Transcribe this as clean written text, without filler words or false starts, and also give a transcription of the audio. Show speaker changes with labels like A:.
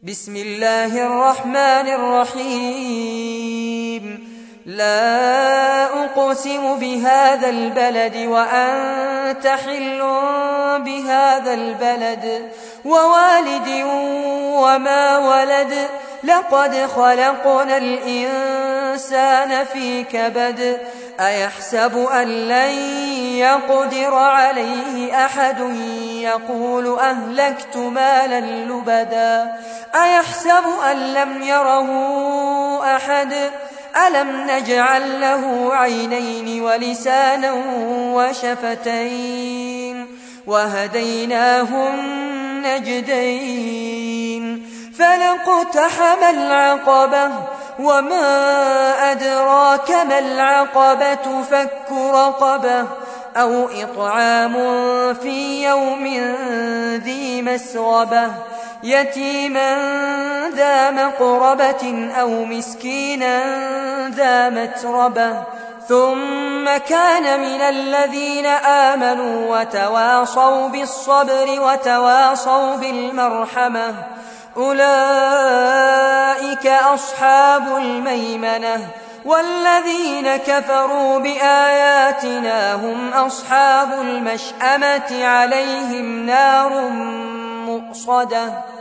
A: بسم الله الرحمن الرحيم. لا أقسم بهذا البلد وأنت حل بهذا البلد ووالد وما ولد. لقد خلقنا الإنسان في كبد. أيحسب أن لن يقدر عليه أحد يقول أهلكت مالا لبدا. أيحسب أن لم يره أحد. ألم نجعل له عينين ولسانا وشفتين وهديناه النجدين. فلاقتحم العقبة وما أدراك ما العقبة. فك رقبة أو إطعام في يوم ذي مسغبة يتيما ذا مقربة أو مسكينا ذا متربة. ثم كان من الذين آمنوا وتواصوا بالصبر وتواصوا بالمرحمة أولئك أصحاب الميمنة. والذين كفروا بآياتنا هم أصحاب المشأمة عليهم نار مؤصدة.